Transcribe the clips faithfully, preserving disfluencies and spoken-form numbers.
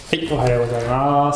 はい、おはようございます。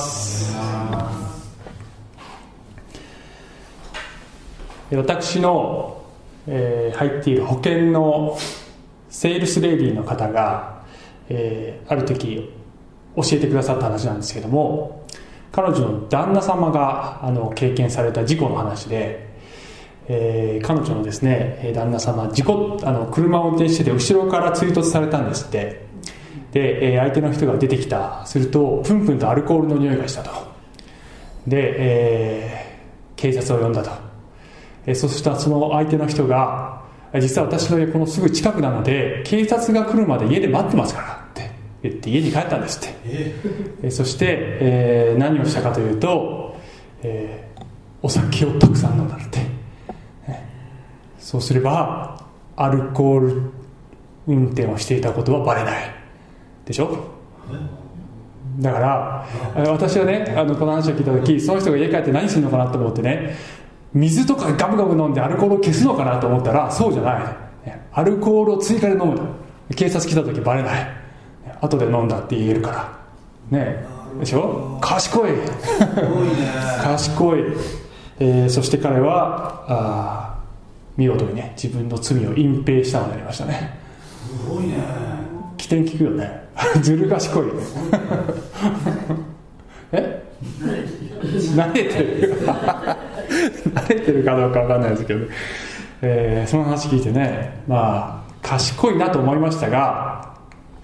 私の、えー、入っている保険のセールスレディの方が、えー、ある時教えてくださった話なんですけども、彼女の旦那様があの経験された事故の話で、えー、彼女のですね旦那様事故あの車を運転してて後ろから追突されたんですって。で相手の人が出てきた。するとプンプンとアルコールの匂いがしたと。で、えー、警察を呼んだと。えー、そしたらその相手の人が、実は私の家このすぐ近くなので警察が来るまで家で待ってますからって言って家に帰ったんですって。えー、そして、えー、何をしたかというと、えー、お酒をたくさん飲んだって。そうすればアルコール運転をしていたことはバレないでしょ。だから私はねあのこの話を聞いた時、その人が家帰って何するのかなと思ってね、水とかガブガブ飲んでアルコールを消すのかなと思ったらそうじゃない。アルコールを追加で飲むと警察来た時バレない。後で飲んだって言えるからね。でしょ。賢い賢い、えー、そして彼はあ見事にね自分の罪を隠蔽したのになりましたね。 すごいね。 起点聞くよね。ずる賢いよね。え慣れてる慣れてるかどうかわかんないですけど、えー、その話聞いてね、まあ賢いなと思いましたが、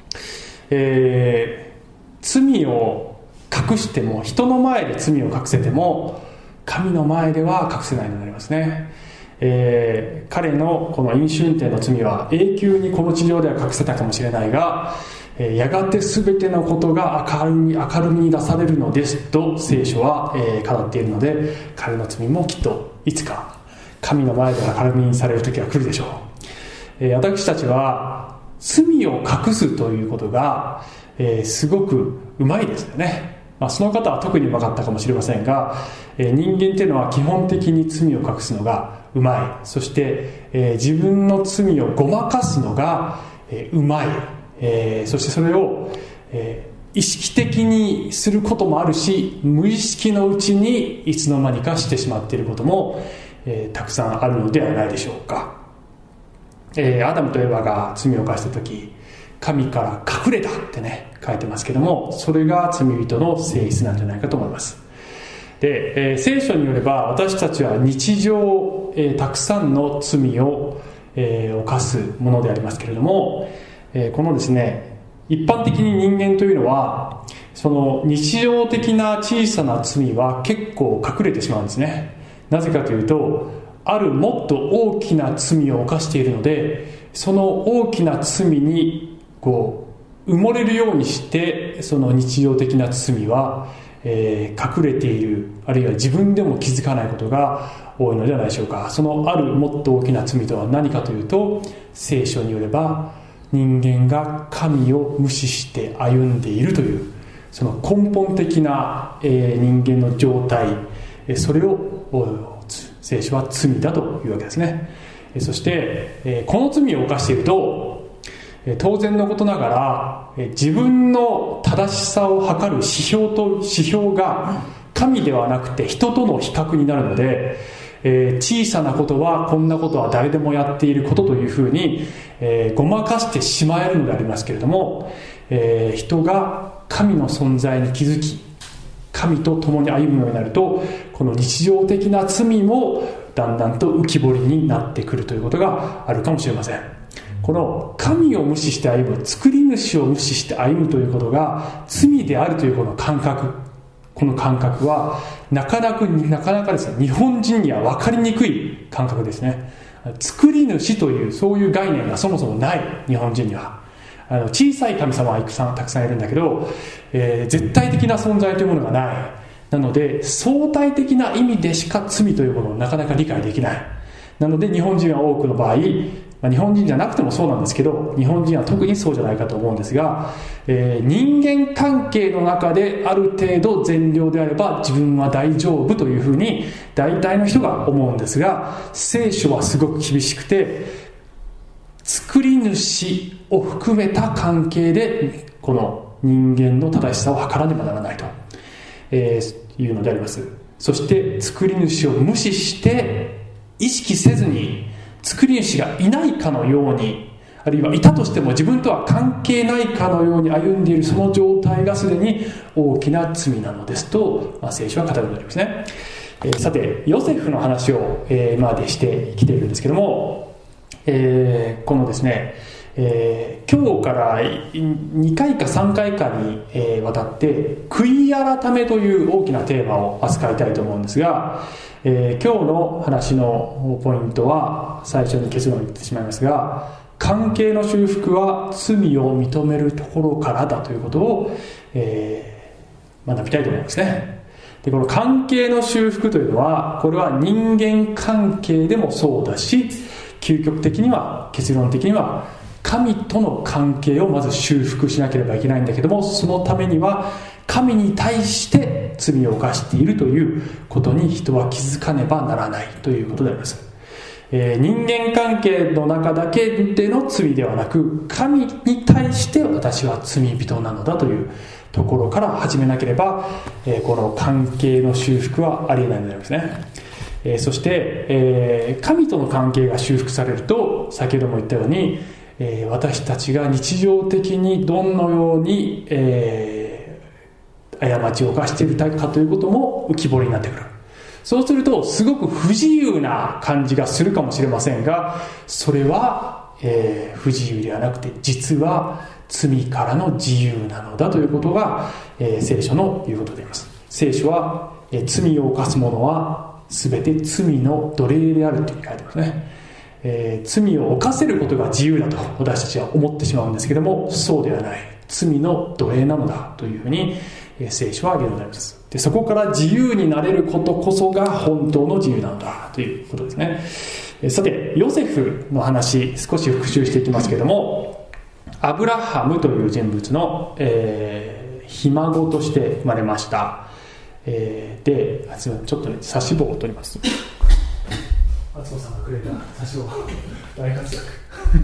えー、罪を隠しても人の前で罪を隠せても神の前では隠せないようになりますね。えー、彼のこの飲酒運転の罪は永久にこの地上では隠せたかもしれないが、えー、やがて全てのことが明るみ、明るみに出されるのですと聖書は、えー、語っているので、彼の罪もきっといつか神の前で明るみにされる時が来るでしょう。えー、私たちは罪を隠すということが、えー、すごくうまいですよね。まあ、その方は特にうまかったかもしれませんが、えー、人間っていうのは基本的に罪を隠すのがうまい。そして、えー、自分の罪をごまかすのが、えー、うまい、えー、そしてそれを、えー、意識的にすることもあるし、無意識のうちにいつの間にかしてしまっていることも、えー、たくさんあるのではないでしょうか。えー、アダムとエヴァが罪を犯した時、神から隠れたってね書いてますけども、それが罪人の性質なんじゃないかと思います。で、えー、聖書によれば私たちは日常、えー、たくさんの罪を、えー、犯すものでありますけれども、えー、このですね一般的に人間というのはその日常的な小さな罪は結構隠れてしまうんですね。なぜかというと、あるもっと大きな罪を犯しているので、その大きな罪にこう埋もれるようにして、その日常的な罪は、えー、隠れている、あるいは自分でも気づかないことが多いのではないでしょうか。そのあるもっと大きな罪とは何かというと、聖書によれば人間が神を無視して歩んでいるというその根本的な、えー、人間の状態、それを聖書は罪だというわけですね。そして、えー、この罪を犯していると当然のことながら自分の正しさを測る指標と指標が神ではなくて人との比較になるので、えー、小さなことはこんなことは誰でもやっていることというふうに、えー、ごまかしてしまえるのでありますけれども、えー、人が神の存在に気づき神と共に歩むようになると、この日常的な罪もだんだんと浮き彫りになってくるということがあるかもしれません。この神を無視して歩む、作り主を無視して歩むということが罪であるというこの感覚、この感覚はなかなかなかなかですね、日本人には分かりにくい感覚ですね。作り主というそういう概念がそもそもない日本人には。あの小さい神様はたくさんたくさんいるんだけど、えー、絶対的な存在というものがない。なので相対的な意味でしか罪というものをなかなか理解できない。なので日本人は多くの場合、まあ、日本人じゃなくてもそうなんですけど、日本人は特にそうじゃないかと思うんですが、えー、人間関係の中である程度善良であれば自分は大丈夫というふうに大体の人が思うんですが、聖書はすごく厳しくて、作り主を含めた関係でこの人間の正しさを図らねばならないと、えー、いうのであります。そして作り主を無視して意識せずに作り主がいないかのように、あるいはいたとしても自分とは関係ないかのように歩んでいるその状態がすでに大きな罪なのですと、まあ、聖書は語るのでありますね。えー、さてヨセフの話を、えー、今までしてきているんですけども、えー、このですね、えー、今日からにかいかさんかいかに、えー、わたって悔い改めという大きなテーマを扱いたいと思うんですが、えー、今日の話のポイントは最初に結論を言ってしまいますが、関係の修復は罪を認めるところからだということを、えー、学びたいと思いますね。でこの関係の修復というのは、これは人間関係でもそうだし、究極的には結論的には神との関係をまず修復しなければいけないんだけども、そのためには神に対して罪を犯しているということに人は気づかねばならないということであります。えー、人間関係の中だけでの罪ではなく、神に対して私は罪人なのだというところから始めなければ、えー、この関係の修復はありえないのでありますね。えー、そして、えー、神との関係が修復されると、先ほども言ったように、えー、私たちが日常的にどのように、えー、過ちを犯しているかということも浮き彫りになってくる。そうするとすごく不自由な感じがするかもしれませんが、それは、えー、不自由ではなくて実は罪からの自由なのだということが、えー、聖書の言うことであります。聖書は、えー、罪を犯す者は全て罪の奴隷であるというふうに書いてますね。えー、罪を犯せることが自由だと私たちは思ってしまうんですけども、そうではない。罪の奴隷なのだというふうに、えー、聖書は言うのであります。でそこから自由になれることこそが本当の自由なのだということですね。えー、さてヨセフの話少し復習していきますけれども、アブラハムという人物の、えー、ひ孫として生まれました。えー、で、すみません、ちょっとね、差し棒を取ります。厚尾さんがくれた差し棒、大活躍。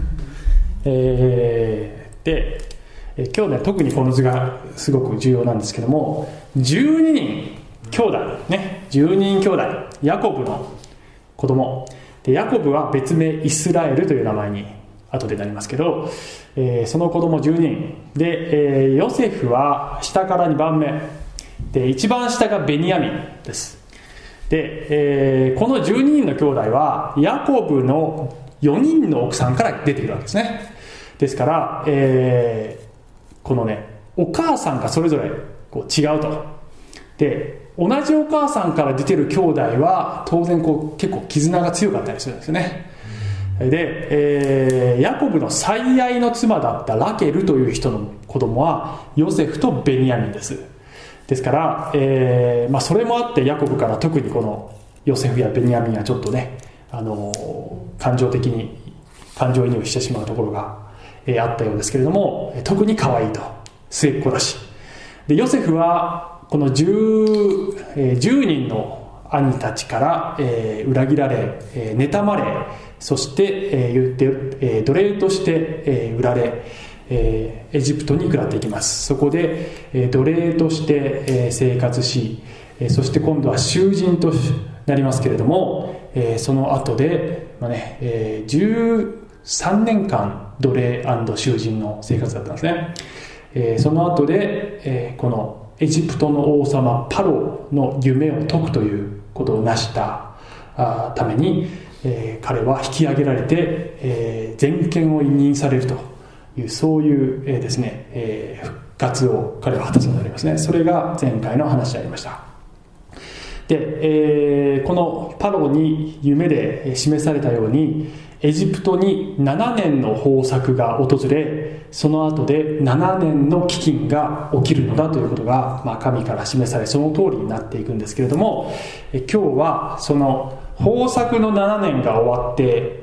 えー、で、えー、今日ね、特にこの図がすごく重要なんですけども、じゅうににん兄弟ね、じゅうににん兄弟、ヤコブの子供で、ヤコブは別名イスラエルという名前に後でなりますけど、えー、その子供じゅうににんで、えー、ヨセフは下からにばんめで、一番下がベニヤミンです。で、えー、このじゅうににんの兄弟はヤコブのよにんの奥さんから出ているわけですね。ですから、えー、このね、お母さんがそれぞれこう違うと。で、同じお母さんから出ている兄弟は当然こう結構絆が強かったりするんですよね。で、えー、ヤコブの最愛の妻だったラケルという人の子供はヨセフとベニヤミンです。ですから、えーまあ、それもあってヤコブから特にこのヨセフやベニヤミンはちょっとね、あのー、感情的に感情移入してしまうところが、えー、あったようですけれども、特に可愛いと、末っ子だし。でヨセフはこの 10, えー、じゅうにんの兄たちから、えー、裏切られ、えー、妬まれ、そして、えー言ってえー、奴隷として、えー、売られ、えー、エジプトに下っていきます。そこで、えー、奴隷として、えー、生活し、えー、そして今度は囚人となりますけれども、えー、その後で、まあねえー、じゅうさんねんかん奴隷&囚人の生活だったんですね。えー、その後で、えー、このエジプトの王様パロの夢を解くということを成したあために、えー、彼は引き上げられて、えー、全権を委任されるという、そういう、えーですねえー、復活を彼は果たすのでありますね。それが前回の話でありました。で、えー、このパロに夢で示されたように、エジプトにななねんの豊作が訪れ、その後でななねんの飢饉が起きるのだということが、まあ、神から示され、その通りになっていくんですけれども、え今日はその豊作のななねんが終わって、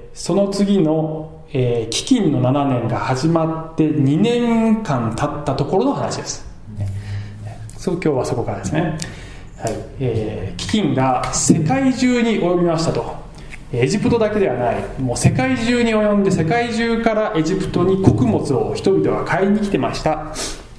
その次の、えー、飢饉のななねんが始まってにねんかん経ったところの話です。そう今日はそこからですね。はい、えー、飢饉が世界中に及びましたと。エジプトだけではない、もう世界中に及んで、世界中からエジプトに穀物を人々が買いに来てましたと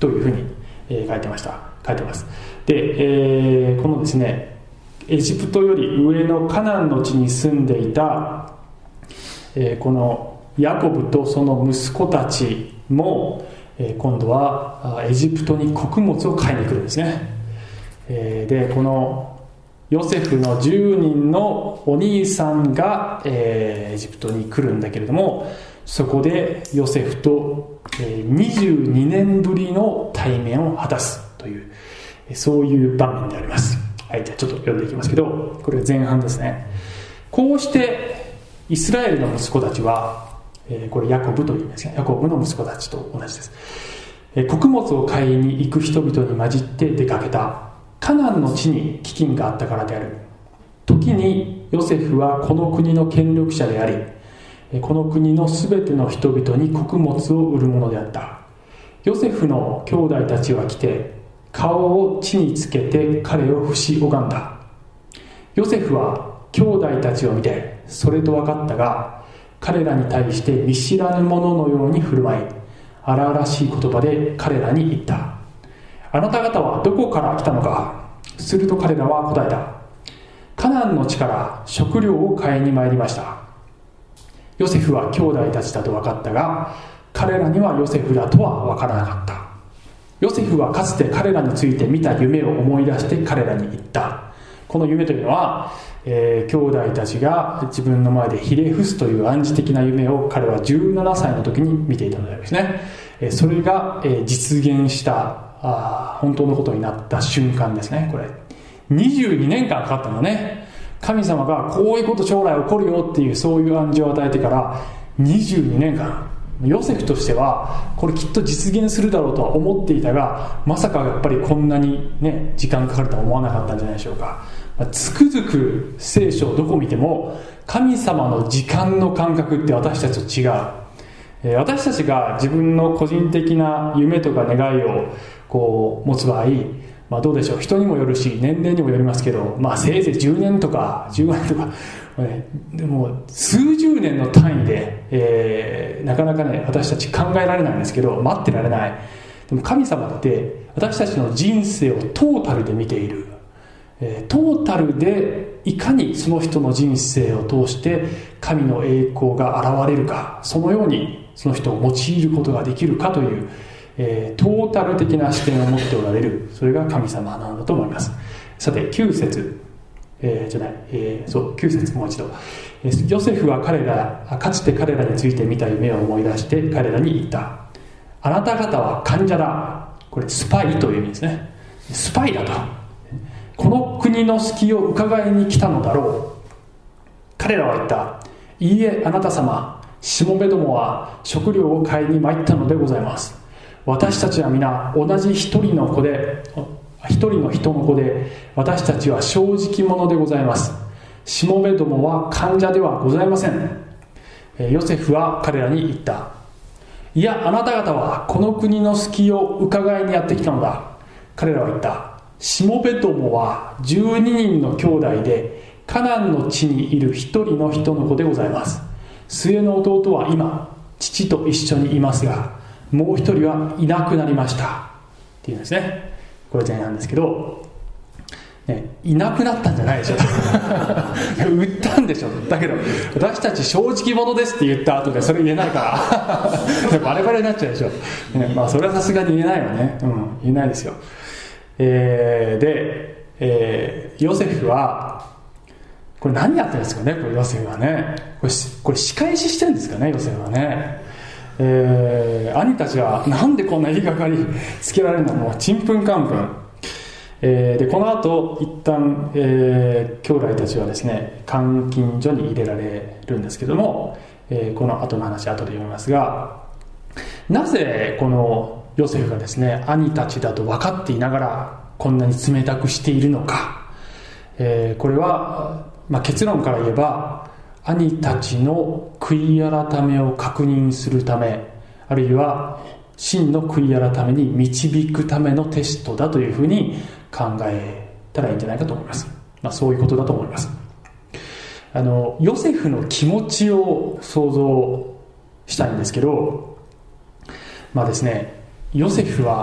というふうに、えー、書いてました書いてます。で、えー、このですねエジプトより上のカナンの地に住んでいた、えー、このヤコブとその息子たちも、えー、今度はエジプトに穀物を買いに来るんですね。えー、でこのヨセフのじゅうにんのお兄さんが、えー、エジプトに来るんだけれども、そこでヨセフと、えー、にじゅうにねんぶりの対面を果たすという、そういう場面であります。はい、じゃあちょっと読んでいきますけど、これ前半ですね。こうしてイスラエルの息子たちは、えー、これヤコブというんですが、ヤコブの息子たちと同じです。えー、穀物を買いに行く人々に混じって出かけた。カナンの地に飢饉があったからである。時にヨセフはこの国の権力者であり、この国のすべての人々に穀物を売るものであった。ヨセフの兄弟たちは来て、顔を地につけて彼を不し拝んだ。ヨセフは兄弟たちを見て、それと分かったが、彼らに対して見知らぬ者のように振る舞い、荒々しい言葉で彼らに言った。あなた方はどこから来たのか。すると彼らは答えた。カナンの地から食料を買いに参りました。ヨセフは兄弟たちだと分かったが、彼らにはヨセフだとは分からなかった。ヨセフはかつて彼らについて見た夢を思い出して彼らに言った。この夢というのは、えー、兄弟たちが自分の前でひれ伏すという暗示的な夢を彼はじゅうななさいの時に見ていたのでありますね。えー、それが、えー、実現したあ本当のことになった瞬間ですね。これにじゅうにねんかんかかったのね。神様がこういうこと将来起こるよっていうそういう暗示を与えてからにじゅうにねんかん、ヨセフとしてはこれきっと実現するだろうとは思っていたが、まさかやっぱりこんなにね時間かかるとは思わなかったんじゃないでしょうか。まあ、つくづく聖書をどこ見ても神様の時間の感覚って私たちと違う。私たちが自分の個人的な夢とか願いをこう持つ場合、まあ、どうでしょう、人にもよるし年齢にもよりますけど、まあ、せいぜいじゅうねんとかじゅうごねんとか、ね、でも数十年の単位で、えー、なかなかね私たち考えられないんですけど、待ってられない。でも神様って私たちの人生をトータルで見ている。えー、トータルでいかにその人の人生を通して神の栄光が現れるか、そのようにその人を用いることができるかという、えー、トータル的な視点を持っておられる、それが神様なんだと思います。さてきゅう節、えー、じゃない、えー、そうきゅう節もう一度、えー、ヨセフは彼らかつて彼らについて見た夢を思い出して彼らに言った。あなた方は患者だ。これスパイという意味ですね。スパイだと。この国の隙を伺いに来たのだろう。彼らは言った。いいえ、あなた様、しもべどもは食料を買いに参ったのでございます。私たちは皆同じ一人の子で一人の人の子で、私たちは正直者でございます。しもべどもは患者ではございません。ヨセフは彼らに言った。いや、あなた方はこの国の隙を伺いにやってきたのだ。彼らは言った。しもべどもはじゅうににんの兄弟でカナンの地にいる一人の人の子でございます。末の弟は今父と一緒にいますが、もう一人はいなくなりましたっていうんですね。これ前半ですけど、ね、いなくなったんじゃないでしょ売ったんでしょ。だけど私たち正直者ですって言った後でそれ言えないからバレバレになっちゃうでしょ、ね、まあそれはさすがに言えないわね、うん、言えないですよ。えー、で、えー、ヨセフはこれ何やってるんですかね。これヨセフはねこれ、これ仕返ししてるんですかね、ヨセフはね。えー、兄たちはなんでこんな言いがかりつけられるのもちんぷんかんぷん、えー、でこの後一旦、えー、兄弟たちはですね監禁所に入れられるんですけども、えー、この後の話後で読みますが、なぜこのヨセフがですね兄たちだと分かっていながらこんなに冷たくしているのか、えー、これは、まあ、結論から言えば兄たちの悔い改めを確認するため、あるいは真の悔い改めに導くためのテストだというふうに考えたらいいんじゃないかと思います。まあ、そういうことだと思います。あのヨセフの気持ちを想像したいんですけど、まあですねヨセフは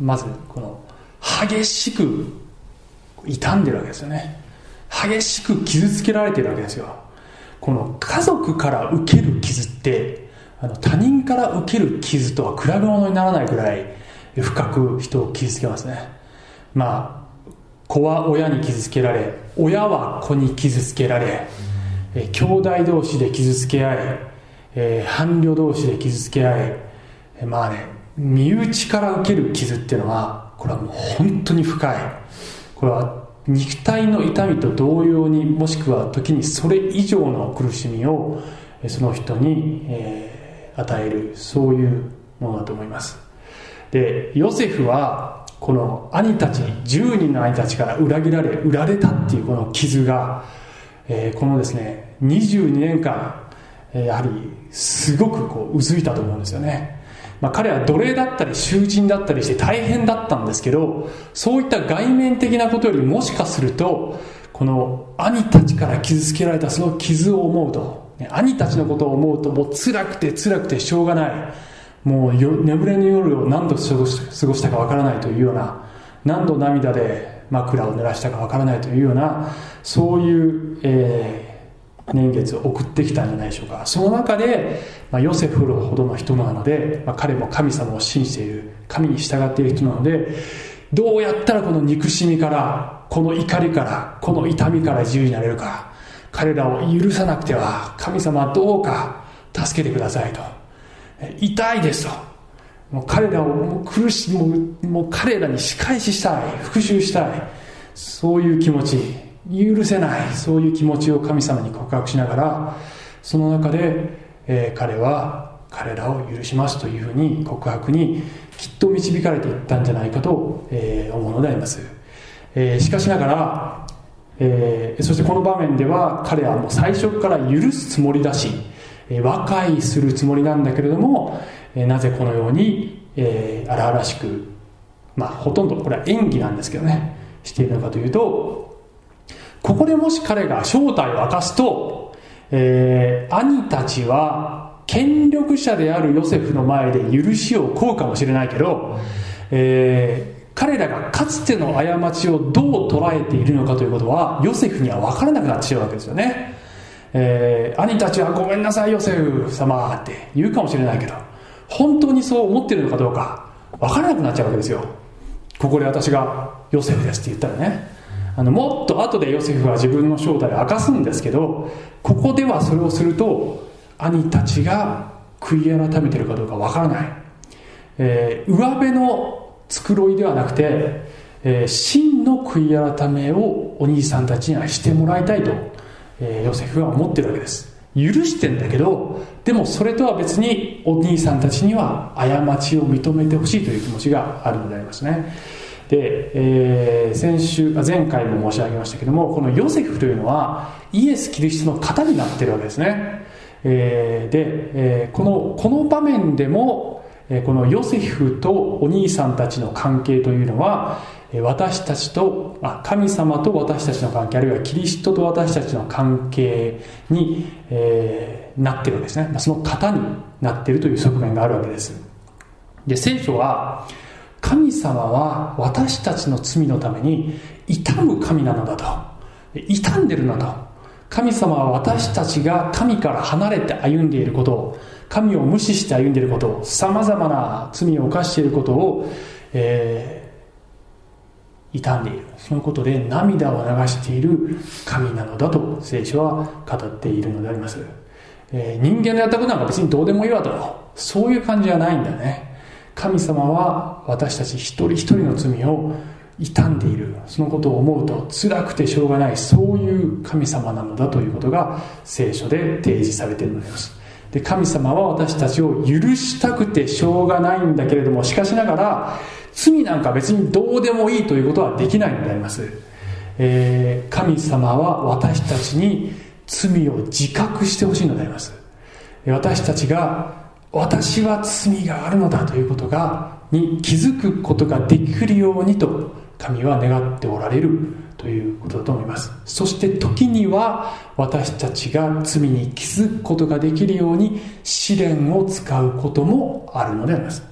まずこの激しく傷んでるわけですよね。激しく傷つけられているわけですよ。この家族から受ける傷ってあの他人から受ける傷とは比べ物にならないぐらい深く人を傷つけますね。まあ子は親に傷つけられ、親は子に傷つけられ、え兄弟同士で傷つけ合い、えー、伴侶同士で傷つけ合い、えまあね身内から受ける傷っていうのはこれはもう本当に深い。これは肉体の痛みと同様に、もしくは時にそれ以上の苦しみをその人に、えー、与える、そういうものだと思います。でヨセフはこの兄たちじゅうにんの兄たちから裏切られ売られたっていうこの傷が、えー、このですねにじゅうにねんかん、えー、やはりすごくこううずいたと思うんですよね。まあ、彼は奴隷だったり囚人だったりして大変だったんですけど、そういった外面的なことよりもしかするとこの兄たちから傷つけられたその傷を思うと、ね、兄たちのことを思うともう辛くて辛くてしょうがない、もう眠れぬ夜を何度過ごしたかわからないというような、何度涙で枕を濡らしたかわからないというような、そういう、えー年月を送ってきたんじゃないでしょうか。その中で、まあ、ヨセフほどの人なので、まあ、彼も神様を信じている、神に従っている人なので、どうやったらこの憎しみから、この怒りから、この痛みから自由になれるか、彼らを許さなくては神様はどうか助けてくださいと。痛いですと。もう彼らをもう苦しもう、もう彼らに仕返ししたい、復讐したい、そういう気持ち、許せない、そういう気持ちを神様に告白しながら、その中で、えー、彼は彼らを許しますというふうに告白にきっと導かれていったんじゃないかと、えー、思うのであります。えー、しかしながら、えー、そしてこの場面では彼はもう最初から許すつもりだし、えー、和解するつもりなんだけれども、えー、なぜこのように、えー、荒々しく、まあほとんどこれは演技なんですけどね、しているのかというと、ここでもし彼が正体を明かすと、えー、兄たちは権力者であるヨセフの前で許しを請うかもしれないけど、えー、彼らがかつての過ちをどう捉えているのかということはヨセフには分からなくなってしまうわけですよね。えー、兄たちはごめんなさいヨセフ様って言うかもしれないけど、本当にそう思っているのかどうか分からなくなっちゃうわけですよ。ここで私がヨセフですって言ったらね、あのもっと後でヨセフは自分の正体を明かすんですけど、ここではそれをすると兄たちが悔い改めているかどうかわからない、えー、上辺の繕いではなくて、えー、真の悔い改めをお兄さんたちにはしてもらいたいと、えー、ヨセフは思っているわけです。許してんだけど、でもそれとは別にお兄さんたちには過ちを認めてほしいという気持ちがあるのでありますね。で、えー、先週前回も申し上げましたけども、このヨセフというのはイエス・キリストの型になっているわけですね。えー、で、えー、このこの場面でも、えー、このヨセフとお兄さんたちの関係というのは、私たちとあ神様と私たちの関係、あるいはキリストと私たちの関係に、えー、なっているわけですね。その型になっているという側面があるわけです。で、聖書は神様は私たちの罪のために痛む神なのだと、痛んでるのだと。神様は私たちが神から離れて歩んでいることを、神を無視して歩んでいることを、さまざまな罪を犯していることを、えー、痛んでいる、そのことで涙を流している神なのだと聖書は語っているのであります。えー、人間のやったことなんか別にどうでもいいわと、そういう感じじゃないんだね。神様は私たち一人一人の罪を傷んでいる、そのことを思うと辛くてしょうがない、そういう神様なのだということが聖書で提示されているのです。で、神様は私たちを許したくてしょうがないんだけれども、しかしながら罪なんか別にどうでもいいということはできないのであります。えー、神様は私たちに罪を自覚してほしいのであります。私たちが私は罪があるのだということがに気づくことができるようにと神は願っておられるということだと思います。そして時には私たちが罪に気づくことができるように試練を使うこともあるのであります。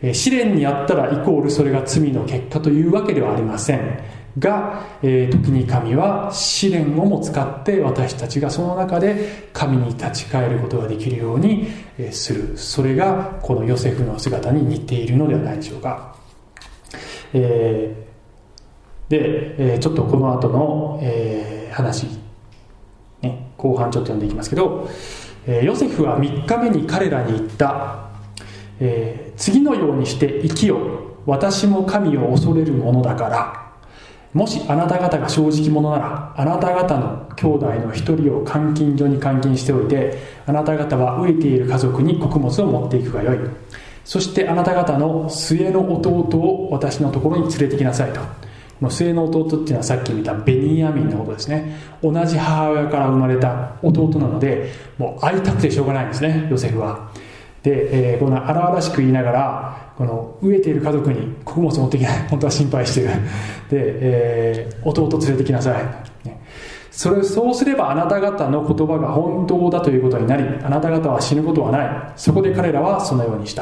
試練にあったらイコールそれが罪の結果というわけではありませんが、えー、時に神は試練をも使って私たちがその中で神に立ち返ることができるようにする。それがこのヨセフの姿に似ているのではないでしょうか。えー、で、えー、ちょっとこの後の、えー、話、ね、後半ちょっと読んでいきますけど、えー、ヨセフはみっかめに彼らに言った、えー、次のようにして生きよ、私も神を恐れるものだから。もしあなた方が正直者なら、あなた方の兄弟の一人を監禁所に監禁しておいて、あなた方は飢えている家族に穀物を持っていくがよい。そしてあなた方の末の弟を私のところに連れてきなさいと。この末の弟っていうのはさっき見たベニヤミンのことですね。同じ母親から生まれた弟なので、もう会いたくてしょうがないんですね、ヨセフは。で、えー、この荒々しく言いながら、この飢えている家族に穀物を持ってきない、本当は心配している。で、えー、弟連れてきなさい。それそうすればあなた方の言葉が本当だということになり、あなた方は死ぬことはない。そこで彼らはそのようにした。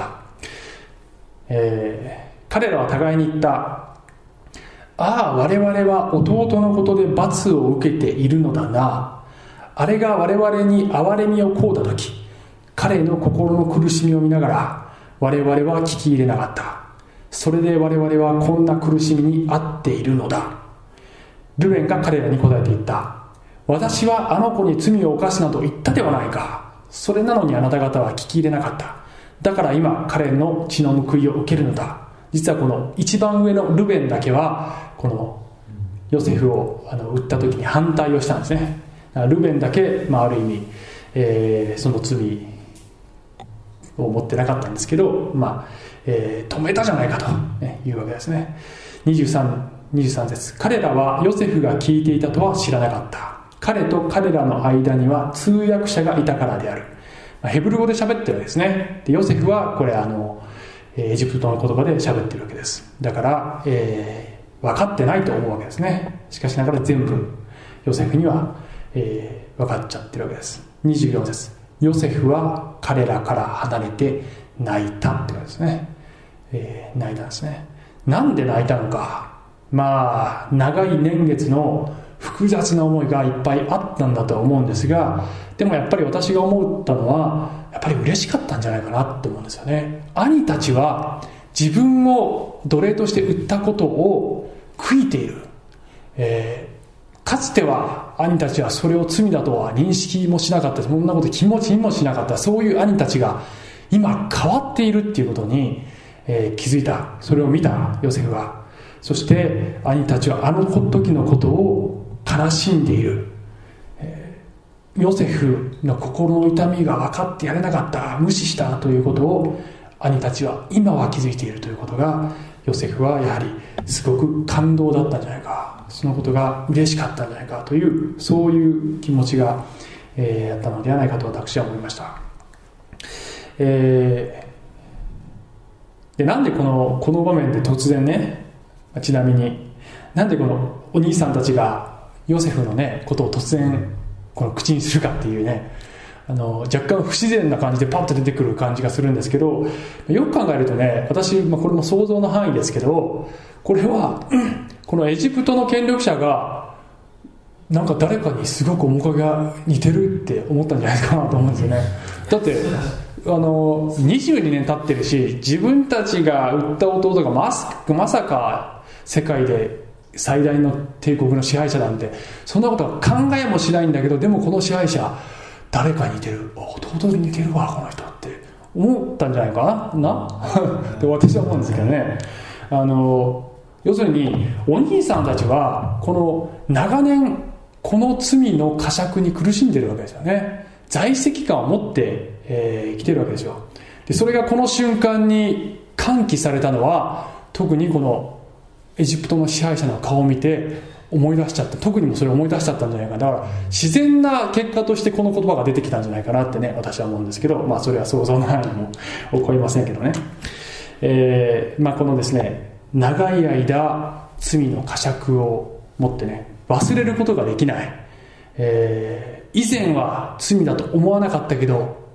えー、彼らは互いに言った。ああ、我々は弟のことで罰を受けているのだな。あれが我々に憐れみを請うたとき、彼の心の苦しみを見ながら我々は聞き入れなかった。それで我々はこんな苦しみに遭っているのだ。ルベンが彼らに答えて言った。私はあの子に罪を犯すなと言ったではないか。それなのにあなた方は聞き入れなかった。だから今彼の血の報いを受けるのだ。実はこの一番上のルベンだけはこのヨセフをあの撃った時に反対をしたんですね。ルベンだけ、まあ、ある意味、えー、その罪を持ってなかったんですけど、まあえー、止めたじゃないかと、ね、いうわけですね。にじゅうさん、にじゅうさん節。彼らはヨセフが聞いていたとは知らなかった。彼と彼らの間には通訳者がいたからである。ヘブル語で喋ってるわけですね。でヨセフはこれあのエジプトの言葉で喋ってるわけです。だから、えー、分かってないと思うわけですね。しかしながら全部ヨセフには、えー、分かっちゃってるわけです。にじゅうよん節。ヨセフは彼らから離れて泣いたってことですね、えー、泣いたんですね。なんで泣いたのか。まあ長い年月の複雑な思いがいっぱいあったんだとは思うんですが、でもやっぱり私が思ったのはやっぱり嬉しかったんじゃないかなって思うんですよね。兄たちは自分を奴隷として売ったことを悔いている、えーかつては兄たちはそれを罪だとは認識もしなかった、そんなこと気持ちにもしなかった。そういう兄たちが今変わっているっていうことに、えー、気づいた。それを見たヨセフは。そして兄たちはあの時のことを悲しんでいる、えー、ヨセフの心の痛みが分かってやれなかった、無視したということを兄たちは今は気づいているということが、ヨセフはやはりすごく感動だったんじゃないか、そのことが嬉しかったんじゃないかという、そういう気持ちが、えー、あったのではないかと私は思いました。えー、でなんでこのこの場面で突然ね、ちなみになんでこのお兄さんたちがヨセフのねことを突然この口にするかっていうね、あの若干不自然な感じでパッと出てくる感じがするんですけど、よく考えるとね、私、まあ、これも想像の範囲ですけど、これは、うん、このエジプトの権力者がなんか誰かにすごく面影が似てるって思ったんじゃないかなと思うんですよね。だってあのにじゅうにねん経ってるし、自分たちが売った弟がまさまさか世界で最大の帝国の支配者なんて、そんなことは考えもしないんだけど、でもこの支配者誰かに似てる、弟に似てるわこの人って思ったんじゃないかななって私は思うんですけどね。あの要するにお兄さんたちはこの長年この罪の呵責に苦しんでるわけですよね。在籍感を持って、えー、生きてるわけですよ。でそれがこの瞬間に喚起されたのは、特にこのエジプトの支配者の顔を見て思い出しちゃった、特にもそれを思い出しちゃったんじゃないかな。だから自然な結果としてこの言葉が出てきたんじゃないかなってね、私は思うんですけど、まあそれは想像の範囲も起こりませんけどね。えー、まあこのですね、長い間罪の呵責を持ってね忘れることができない、えー、以前は罪だと思わなかったけど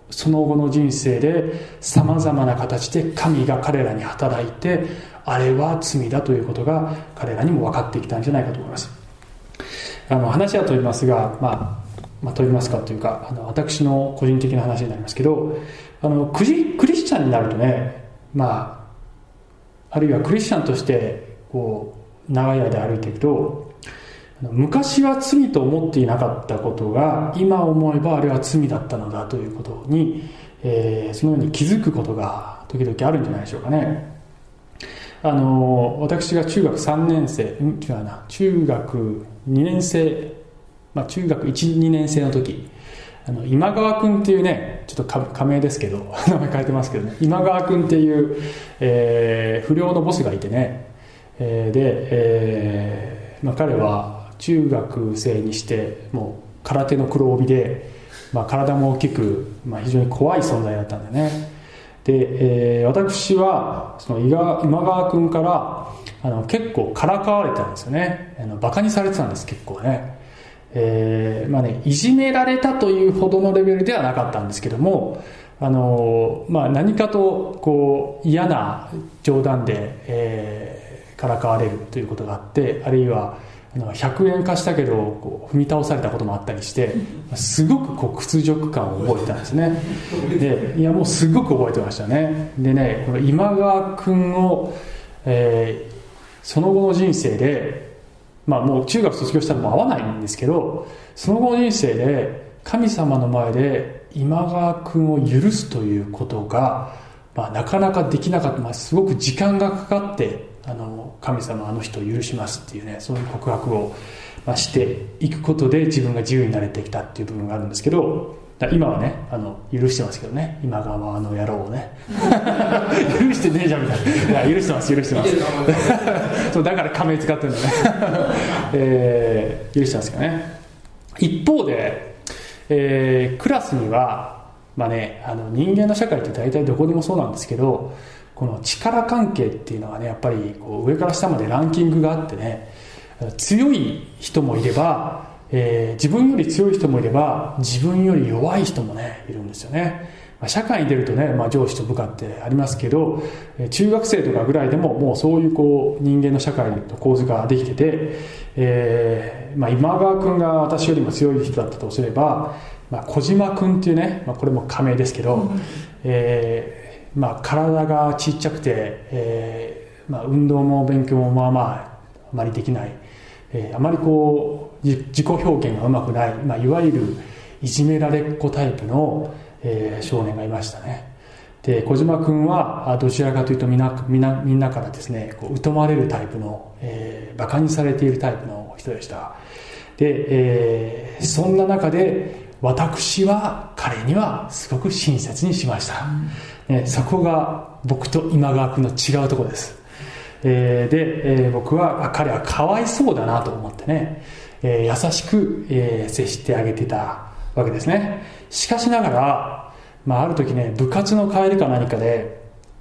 その後の人生でさまざまな形で神が彼らに働いて、あれは罪だということが彼らにも分かってきたんじゃないかと思います。あの話は飛びますが、まあまあ、飛びますかというか、あの私の個人的な話になりますけど、あのクリ、クリスチャンになるとね、まあ、あるいはクリスチャンとしてこう長い間歩いていくと、昔は罪と思っていなかったことが今思えばあれは罪だったのだということに、えー、そのように気づくことが時々あるんじゃないでしょうかね。あの私が中学さんねん生、うん違うな中学にねん生、まあ、中学いち、にねん生の時、あの今川君っていうね、ちょっと仮名ですけど名前変えてますけどね、今川君っていう、えー、不良のボスがいてね、えー、で、えーまあ、彼は中学生にしてもう空手の黒帯で、まあ、体も大きく、まあ、非常に怖い存在だったんだよね。で、えー、私はその今川君からあの結構からかわれたんですよね。あのバカにされてたんです、結構ね。えーまあね、いじめられたというほどのレベルではなかったんですけども、あの、まあ、何かとこう嫌な冗談で、えー、からかわれるということがあって、あるいはあのひゃくえん貸したけどこう踏み倒されたこともあったりして、すごくこう屈辱感を覚えてたんですね。で、いやもうすごく覚えてましたね。でね、この今川君を、えー、その後の人生で、まあもう中学卒業したらもう会わないんですけど、その後の人生で神様の前で今川君を許すということが、まあ、なかなかできなかった、まあ、すごく時間がかかってあの神様あの人を許しますっていうね、そういう告白を、まあ、していくことで自分が自由になれてきたっていう部分があるんですけど、今はねあの許してますけどね、今川の野郎をね許してねえじゃんみたいな、いや許してます許してますそうだから仮名使ってるんだね、えー、許してますけどね。一方で、えー、クラスにはまあね、あの人間の社会って大体どこでもそうなんですけど、この力関係っていうのはね、やっぱりこう上から下までランキングがあってね、強い人もいれば、えー、自分より強い人もいれば自分より弱い人もねいるんですよね。まあ、社会に出るとね、まあ、上司と部下ってありますけど、中学生とかぐらいでももうそういうこう人間の社会の構図ができてて、えーまあ、今川君が私よりも強い人だったとすれば、まあ、小島君っていうね、まあ、これも仮名ですけど、えーまあ、体がちっちゃくて、えーまあ、運動も勉強もまあまああまりできない、えー、あまりこう自己表現がうまくない、まあ、いわゆるいじめられっ子タイプの、えー、少年がいましたね。で、小島君はどちらかというとみんな、みんな、みんなからですねこう疎まれるタイプの、えー、バカにされているタイプの人でした。で、えー、そんな中で私は彼にはすごく親切にしました、うんね、そこが僕と今川君の違うところです。えー、で、えー、僕は彼はかわいそうだなと思ってね、えー、優しく、えー、接してあげてたわけですね。しかしながら、まあ、ある時ね部活の帰りか何かで、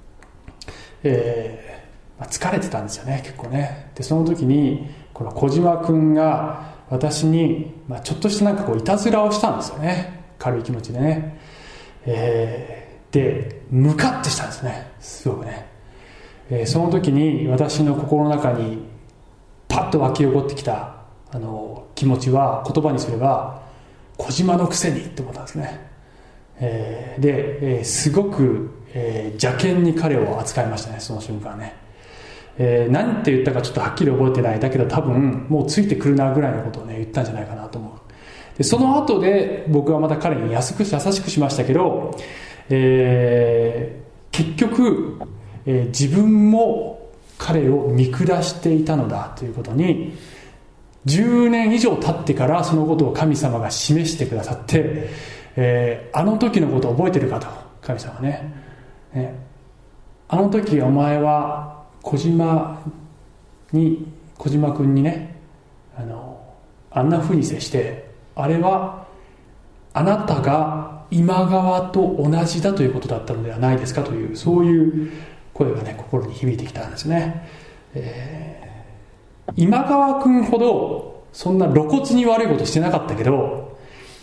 えーまあ、疲れてたんですよね結構ね。でその時にこの小島君が私に、まあ、ちょっとしたなんかこういたずらをしたんですよね、軽い気持ちでね、えー、でムカッとしたんですね、すごくね。えー、その時に私の心の中にパッと湧き起こってきたあの気持ちは言葉にすれば小島のくせにって思ったんですね。えー、で、えー、すごく、えー、邪険に彼を扱いましたね、その瞬間ね。えー、何て言ったかちょっとはっきり覚えてない。だけど多分もうついてくるなぐらいのことをね言ったんじゃないかなと思う。でその後で僕はまた彼に優しく優しくしましたけど、えー、結局、えー、自分も彼を見下していたのだということにじゅうねん以上経ってからそのことを神様が示してくださって、えー、あの時のことを覚えてるかと、神様は ね, ねあの時お前は小島に小島君にね あのあんな風に接して、あれはあなたが今川と同じだということだったのではないですかという、そういう声がね心に響いてきたんですね。えー、今川君ほどそんな露骨に悪いことしてなかったけど、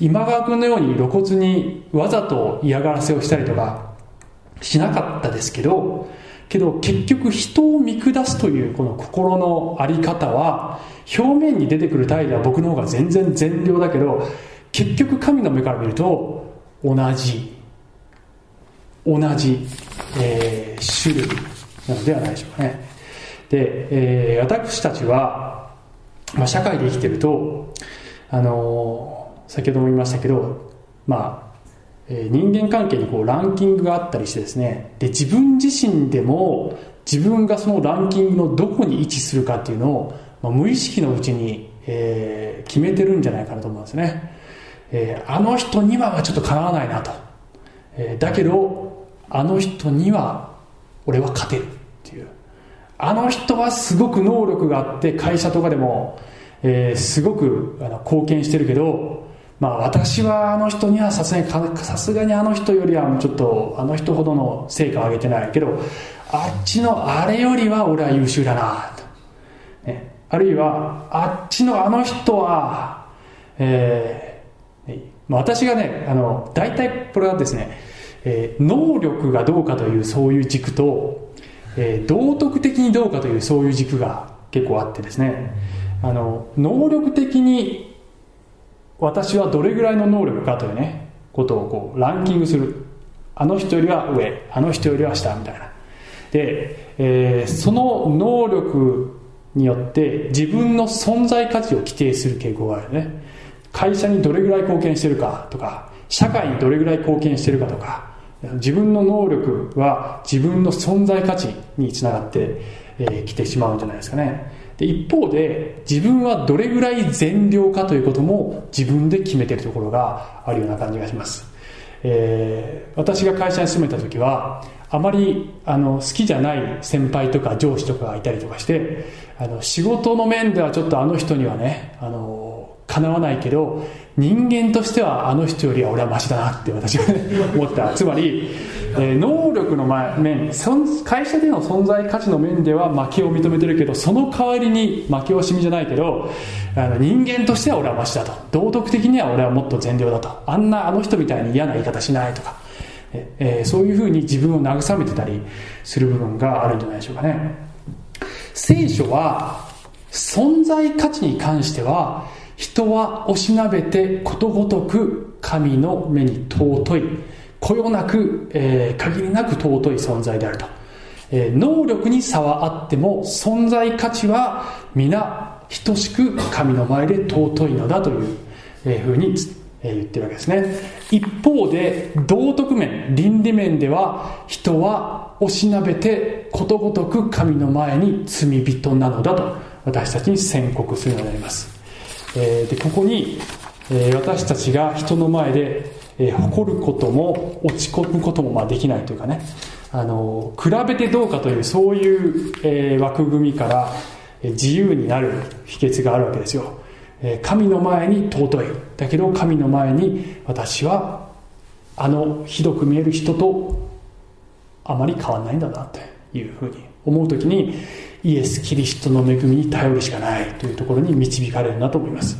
今川君のように露骨にわざと嫌がらせをしたりとかしなかったですけど、けど結局人を見下すというこの心の在り方は、表面に出てくる態度は僕の方が全然善良だけど、結局神の目から見ると同じ同じ、えー、種類なのではないでしょうかね。で、えー、私たちは、まあ、社会で生きてると、あのー、先ほども言いましたけど、まあえー、人間関係にこうランキングがあったりしてですね、で自分自身でも自分がそのランキングのどこに位置するかっていうのを、まあ、無意識のうちに、えー、決めてるんじゃないかなと思うんですね。えー、あの人にはちょっとかなわないなと、えー、だけどあの人には俺は勝てるっていう、あの人はすごく能力があって会社とかでも、えー、すごくあの貢献してるけど、まあ私はあの人にはさすがにさすがにあの人よりはちょっとあの人ほどの成果を上げてないけど、あっちのあれよりは俺は優秀だなと、ね、あるいはあっちのあの人は、えー、まあ、私がねあの大体これはですね、えー、能力がどうかというそういう軸と、えー、道徳的にどうかというそういう軸が結構あってですね、あの能力的に私はどれぐらいの能力かというねことをこうランキングする、あの人よりは上、あの人よりは下みたいなで、えー、その能力によって自分の存在価値を規定する傾向があるね。会社にどれぐらい貢献してるかとか、社会にどれぐらい貢献してるかとか、自分の能力は自分の存在価値につながってき、えー、てしまうんじゃないですかね。で一方で自分はどれぐらい善良かということも自分で決めているところがあるような感じがします。えー、私が会社に勤めた時はあまりあの好きじゃない先輩とか上司とかがいたりとかして、あの仕事の面ではちょっとあの人にはねあのかなわないけど、人間としてはあの人よりは俺はマシだなって私は、ね、思った。つまり、えー、能力の面、会社での存在価値の面では負けを認めてるけど、その代わりに負け惜しみじゃないけど、あの人間としては俺はマシだと、道徳的には俺はもっと善良だと、あんなあの人みたいに嫌な言い方しないとか、えー、そういうふうに自分を慰めてたりする部分があるんじゃないでしょうかね。聖書は存在価値に関しては、人はおしなべてことごとく神の目に尊い、こよなく、えー、限りなく尊い存在であると、えー、能力に差はあっても存在価値は皆等しく神の前で尊いのだという、えー、ふうに言ってるわけですね。一方で道徳面、倫理面では人はおしなべてことごとく神の前に罪人なのだと私たちに宣告するようになります。えー、でここに、えー、私たちが人の前で、えー、誇ることも落ち込むこともまあできないというかね、あの比べてどうかというそういう、えー、枠組みから、えー、自由になる秘訣があるわけですよ。神の前に尊い、だけど神の前に私はあのひどく見える人とあまり変わらないんだなというふうに思うときに、イエス・キリストの恵みに頼るしかないというところに導かれるなと思います。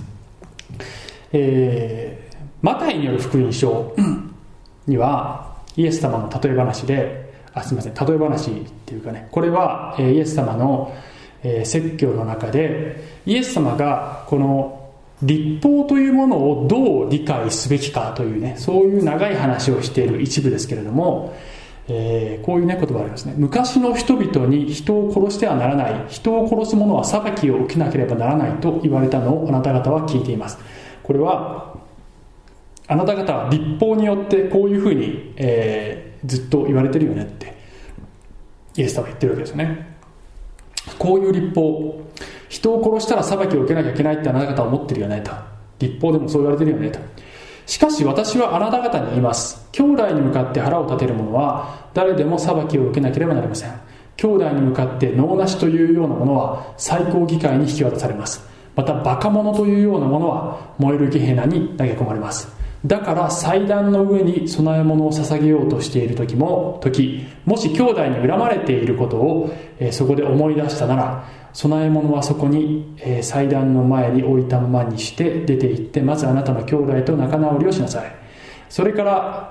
えー、マタイによる福音書にはイエス様の例え話で、あすみません例え話っていうかね、これはイエス様のえー、説教の中でイエス様がこの律法というものをどう理解すべきかというね、そういう長い話をしている一部ですけれども、えー、こういうね言葉がありますね。昔の人々に人を殺してはならない、人を殺す者は裁きを受けなければならないと言われたのをあなた方は聞いています。これはあなた方は律法によってこういうふうに、えー、ずっと言われてるよねってイエス様は言ってるわけですよね。こういう律法、人を殺したら裁きを受けなきゃいけないってあなた方は思ってるよねと、律法でもそう言われてるよねと。しかし私はあなた方に言います。兄弟に向かって腹を立てる者は誰でも裁きを受けなければなりません。兄弟に向かって能なしというようなものは最高議会に引き渡されます。またバカ者というようなものは燃えるゲヘナに投げ込まれます。だから祭壇の上に供え物を捧げようとしている時も時もし兄弟に恨まれていることを、えー、そこで思い出したなら、 供え物はそこに、えー、祭壇の前に置いたままにして出て行って、まずあなたの兄弟と仲直りをしなさい。それから、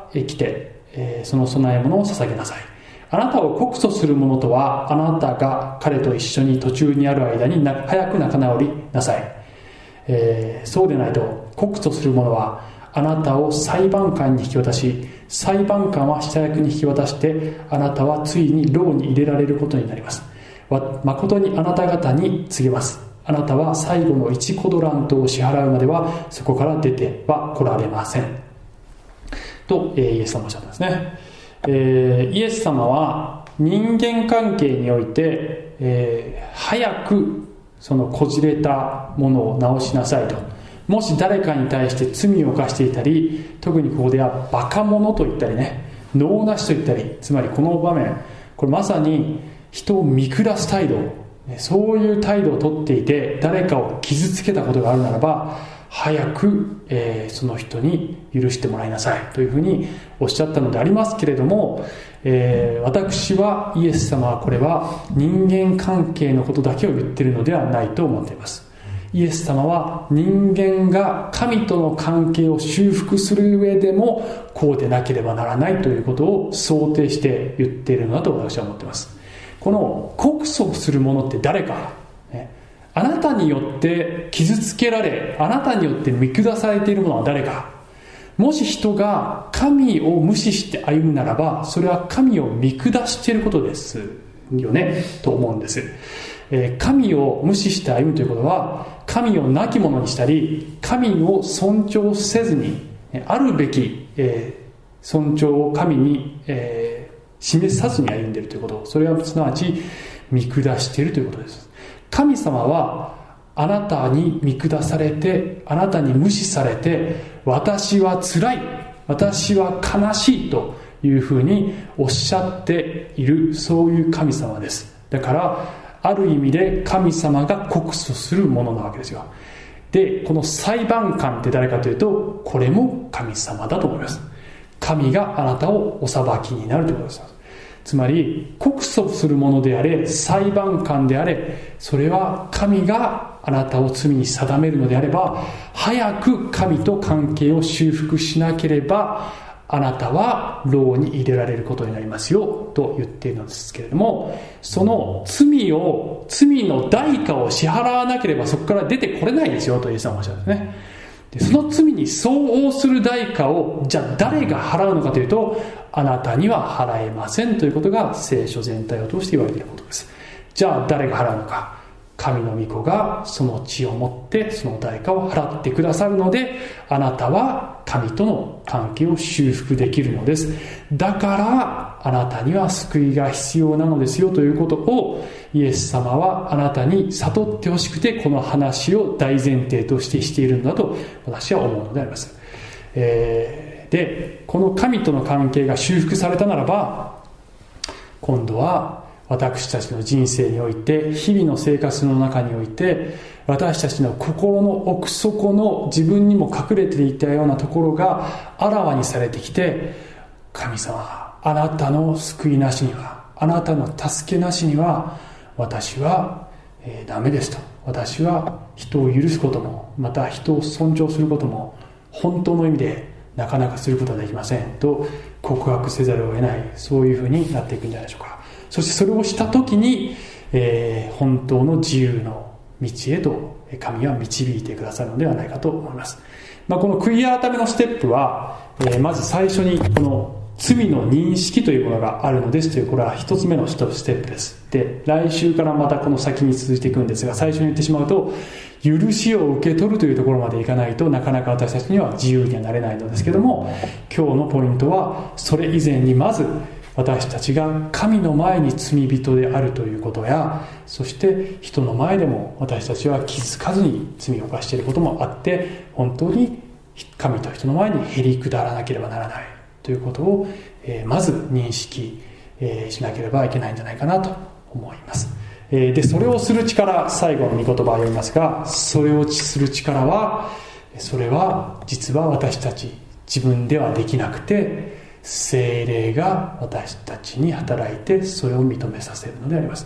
えー、来て、えー、その供え物を捧げなさい。あなたを告訴する者とは、あなたが彼と一緒に途中にある間にな早く仲直りなさい。えー、そうでないと告訴する者はあなたを裁判官に引き渡し、裁判官は下役に引き渡して、あなたはついに牢に入れられることになります。誠にあなた方に告げます。あなたは最後の一コドラントを支払うまではそこから出ては来られませんと、えー、イエス様はおっしゃったんですね。えー、イエス様は人間関係において、えー、早くそのこじれたものを直しなさいと。もし誰かに対して罪を犯していたり、特にここではバカ者と言ったりね、能なしと言ったり、つまりこの場面、これまさに人を見下す態度、そういう態度をとっていて誰かを傷つけたことがあるならば、早く、えー、その人に許してもらいなさいというふうにおっしゃったのでありますけれども、えー、私はイエス様はこれは人間関係のことだけを言っているのではないと思っています。イエス様は人間が神との関係を修復する上でもこうでなければならないということを想定して言っているのだと私は思っています。この告訴する者って誰か、ね、あなたによって傷つけられ、あなたによって見下されているものは誰か。もし人が神を無視して歩むならば、それは神を見下していることですよねと思うんです。神を無視して歩むということは、神を亡き者にしたり、神を尊重せずにあるべき尊重を神に示さずに歩んでいるということ、それはすなわち見下しているということです。神様はあなたに見下されて、あなたに無視されて、私は辛い、私は悲しいというふうにおっしゃっている、そういう神様です。だからある意味で神様が告訴するものなわけですよ。で、この裁判官って誰かというと、これも神様だと思います。神があなたをお裁きになるということです。つまり告訴するものであれ、裁判官であれ、それは神があなたを罪に定めるのであれば、早く神と関係を修復しなければあなたは牢に入れられることになりますよと言っているのですけれども、その罪を罪の代価を支払わなければそこから出てこれないですよとイエス様はおっしゃるんですね。で、その罪に相応する代価をじゃあ誰が払うのかというと、あなたには払えませんということが聖書全体を通して言われていることです。じゃあ誰が払うのか。神の御子がその血をもってその代価を払ってくださるので、あなたは神との関係を修復できるのです。だからあなたには救いが必要なのですよということをイエス様はあなたに悟ってほしくて、この話を大前提としてしているんだと私は思うのであります。えー、で、この神との関係が修復されたならば、今度は私たちの人生において、日々の生活の中において、私たちの心の奥底の自分にも隠れていたようなところがあらわにされてきて、神様、あなたの救いなしには、あなたの助けなしには私は、えー、ダメですと。私は人を許すことも、また人を尊重することも本当の意味でなかなかすることはできませんと告白せざるを得ない、そういうふうになっていくんじゃないでしょうか。そしてそれをしたときに、えー、本当の自由の道へと神は導いてくださるのではないかと思います。まあ、この悔い改めのステップは、えー、まず最初にこの罪の認識というものがあるのですという、これは一つ目のステップです。で、来週からまたこの先に続いていくんですが、最初に言ってしまうと、許しを受け取るというところまでいかないとなかなか私たちには自由にはなれないのですけども、今日のポイントはそれ以前にまず私たちが神の前に罪人であるということや、そして人の前でも私たちは気づかずに罪を犯していることもあって、本当に神と人の前にへり下らなければならないということを、えー、まず認識、えー、しなければいけないんじゃないかなと思います。えー、でそれをする力、最後の御言葉を読みますが、それをする力はそれは実は私たち自分ではできなくて、聖霊が私たちに働いてそれを認めさせるのであります。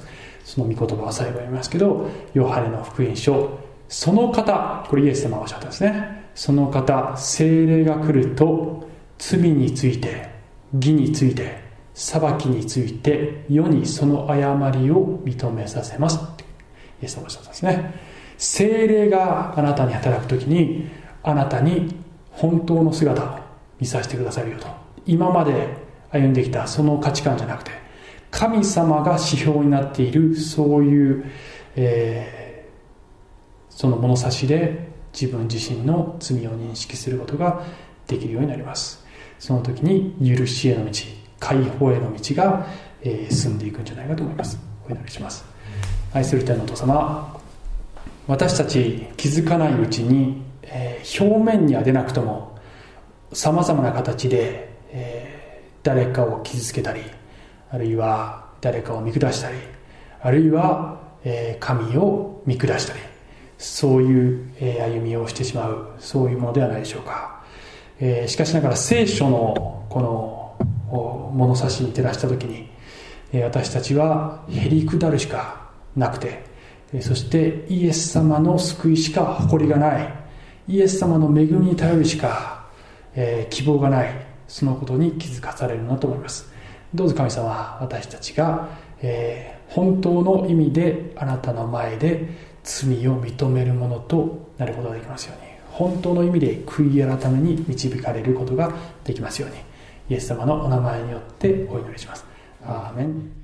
その御言葉は最後に読みますけど、ヨハネの福音書、その方、これイエス様がおっしゃったんですね。その方、聖霊が来ると罪について、義について、裁きについて、世にその誤りを認めさせますってイエス様がおっしゃったんですね。聖霊があなたに働くときに、あなたに本当の姿を見させてくださるよと。今まで歩んできたその価値観じゃなくて、神様が指標になっている、そういう、えー、その物差しで自分自身の罪を認識することができるようになります。その時に許しへの道、解放への道が、えー、進んでいくんじゃないかと思います。お祈りします。愛する天のお父様、私たち気づかないうちに、えー、表面には出なくともさまざまな形で、えー、誰かを傷つけたり、あるいは誰かを見下したり、あるいは、えー、神を見下したり、そういう、えー、歩みをしてしまう、そういうものではないでしょうか。えー、しかしながら聖書のこの物差しに照らしたときに、えー、私たちはへりくだるしかなくて、えー、そしてイエス様の救いしか誇りがない、イエス様の恵みに頼るしか、えー、希望がない、そのことに気づかされるなと思います。どうぞ神様、私たちが、えー、本当の意味であなたの前で罪を認めるものとなることができますように、本当の意味で悔い改めに導かれることができますように、イエス様のお名前によってお祈りします。アーメン。